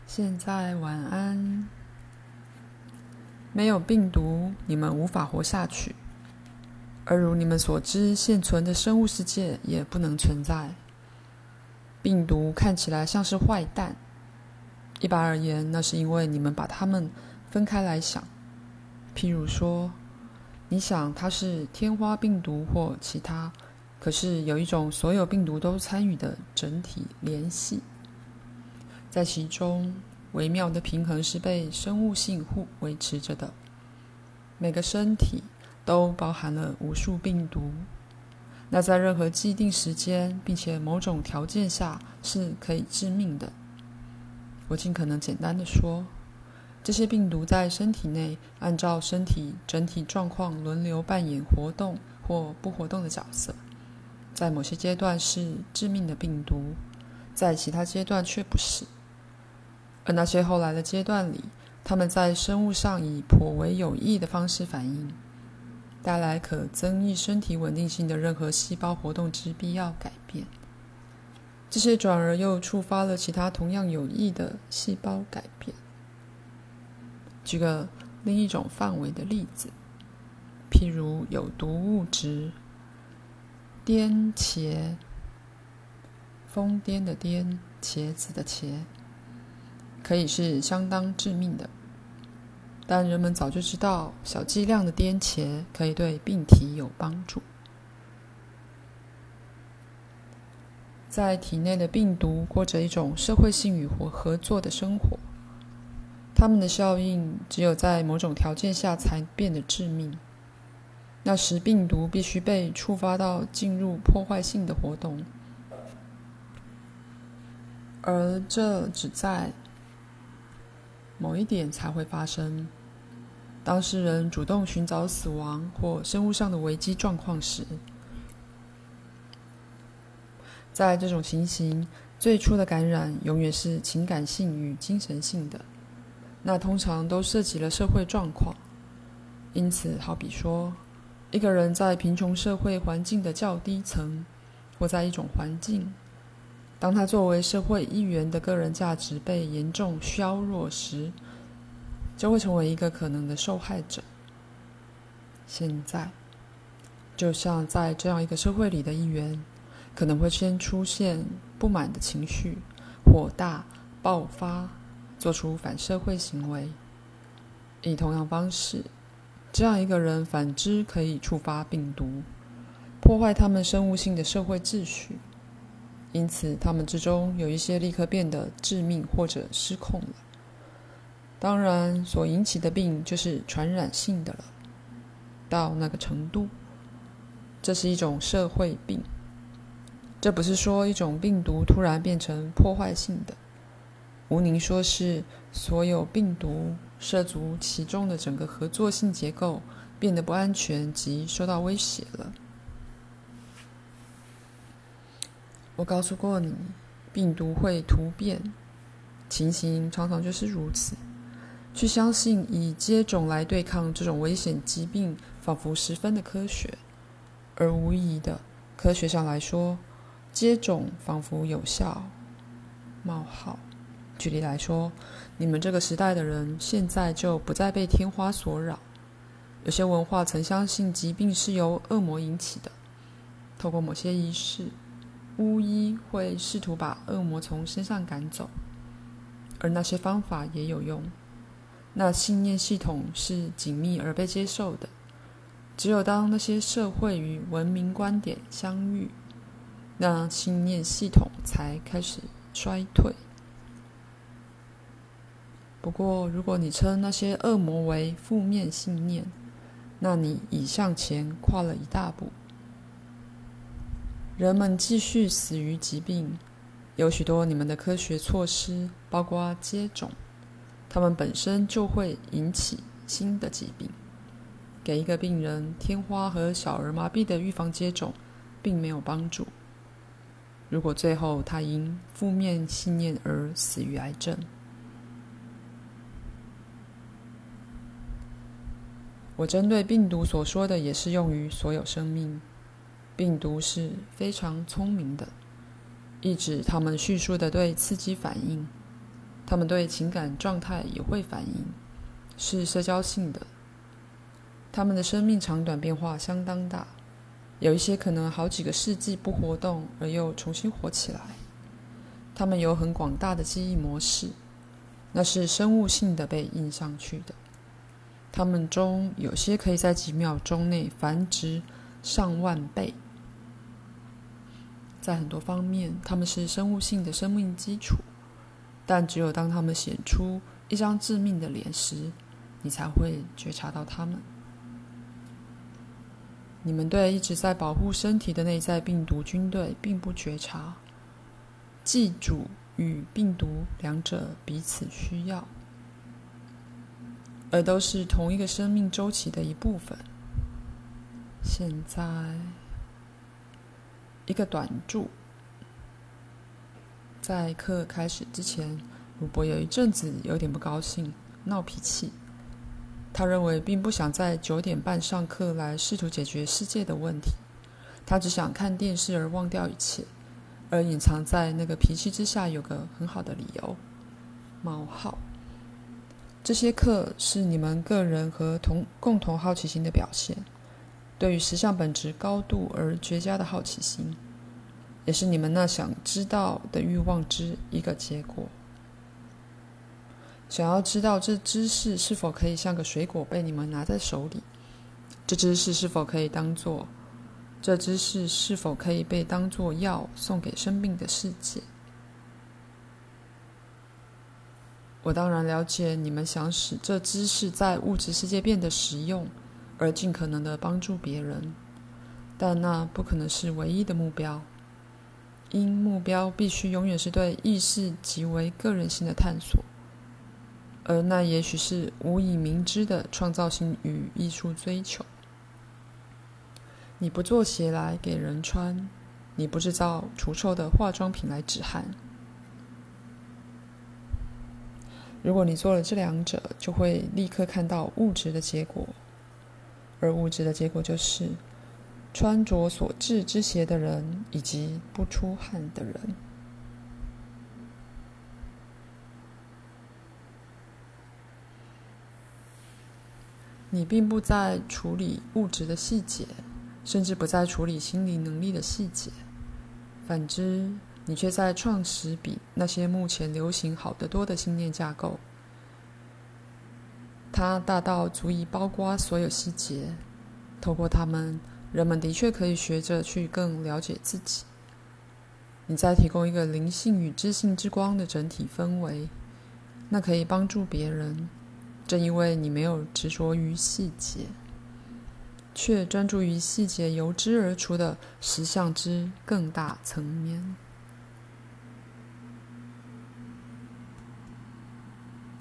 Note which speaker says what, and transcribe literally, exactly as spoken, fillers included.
Speaker 1: 现在晚安。没有病毒，你们无法活下去，而如你们所知，现存的生物世界也不能存在。病毒看起来像是坏蛋，一般而言，那是因为你们把它们分开来想。譬如说，你想它是天花病毒或其他，可是有一种所有病毒都参与的整体联系，在其中微妙的平衡是被生物性互维持着的。每个身体都包含了无数病毒，那在任何既定时间并且某种条件下是可以致命的。我尽可能简单的说，这些病毒在身体内按照身体整体状况轮流扮演活动或不活动的角色，在某些阶段是致命的病毒，在其他阶段却不是。而那些后来的阶段里，它们在生物上以颇为有益的方式反应，带来可增益身体稳定性的任何细胞活动之必要改变。这些转而又触发了其他同样有益的细胞改变。举个另一种范围的例子，譬如有毒物质颠茄，疯癫的癫，茄子的茄，可以是相当致命的。但人们早就知道，小剂量的颠茄可以对病体有帮助。在体内的病毒过着一种社会性与合作的生活，它们的效应只有在某种条件下才变得致命。那时病毒必须被触发到进入破坏性的活动，而这只在某一点才会发生。当事人主动寻找死亡或生物上的危机状况时，在这种情形，最初的感染永远是情感性与精神性的，那通常都涉及了社会状况。因此，好比说，一个人在贫穷社会环境的较低层，或在一种环境，当他作为社会一员的个人价值被严重削弱时，就会成为一个可能的受害者。现在，就像在这样一个社会里的一员，可能会先出现不满的情绪，火大、爆发，做出反社会行为。以同样方式，这样一个人反之可以触发病毒，破坏他们生物性的社会秩序。因此，他们之中有一些立刻变得致命或者失控了。当然，所引起的病就是传染性的了。到那个程度，这是一种社会病。这不是说一种病毒突然变成破坏性的，无宁说是所有病毒涉足其中的整个合作性结构变得不安全及受到威胁了。我告诉过你，病毒会突变，情形常常就是如此。去相信以接种来对抗这种危险疾病，仿佛十分的科学，而无疑的，科学上来说，接种仿佛有效。冒号，举例来说，你们这个时代的人现在就不再被天花所扰。有些文化曾相信疾病是由恶魔引起的，透过某些仪式，巫医会试图把恶魔从身上赶走，而那些方法也有用。那信念系统是紧密而被接受的，只有当那些社会与文明观点相遇，那信念系统才开始衰退。不过，如果你称那些恶魔为负面信念，那你已向前跨了一大步。人们继续死于疾病，有许多你们的科学措施，包括接种，它们本身就会引起新的疾病。给一个病人天花和小儿麻痹的预防接种并没有帮助，如果最后他因负面信念而死于癌症。我针对病毒所说的也适用于所有生命。病毒是非常聪明的，意指他们迅速的对刺激反应。 他们对情感状态也会反应，是社交性的。他们的生命长短变化相当大，有一些可能好几个世纪不活动而又重新活起来。他们有很广大的记忆模式，那是生物性的被印上去的。他们中有些可以在几秒钟内繁殖上万倍。在很多方面，他们是生物性的生命基础，但只有当他们显出一张致命的脸时，你才会觉察到他们。你们对一直在保护身体的内在病毒军队并不觉察，记住与病毒两者彼此需要，而都是同一个生命周期的一部分。现在一个短注，在课开始之前，鲁伯有一阵子有点不高兴，闹脾气。他认为并不想在九点半上课来试图解决世界的问题，他只想看电视而忘掉一切，而隐藏在那个脾气之下有个很好的理由。冒号，这些课是你们个人和同共同好奇心的表现，对于实相本质高度而绝佳的好奇心，也是你们那想知道的欲望之一个结果。想要知道这知识是否可以像个水果被你们拿在手里，这知识是否可以当作这知识是否可以被当作药送给生病的世界。我当然了解你们想使这知识在物质世界变得实用，而尽可能的帮助别人，但那不可能是唯一的目标，因目标必须永远是对意识极为个人性的探索，而那也许是无以明知的创造性与艺术追求。你不做鞋来给人穿，你不制造除臭的化妆品来止汗。如果你做了这两者，就会立刻看到物质的结果，而物质的结果就是穿着所制之鞋的人以及不出汗的人。你并不在处理物质的细节，甚至不在处理心理能力的细节，反之，你却在创始比那些目前流行好得多的信念架构。它大到足以包括所有细节，透过它们，人们的确可以学着去更了解自己。你在提供一个灵性与知性之光的整体氛围，那可以帮助别人，正因为你没有执着于细节，却专注于细节由之而出的实相之更大层面。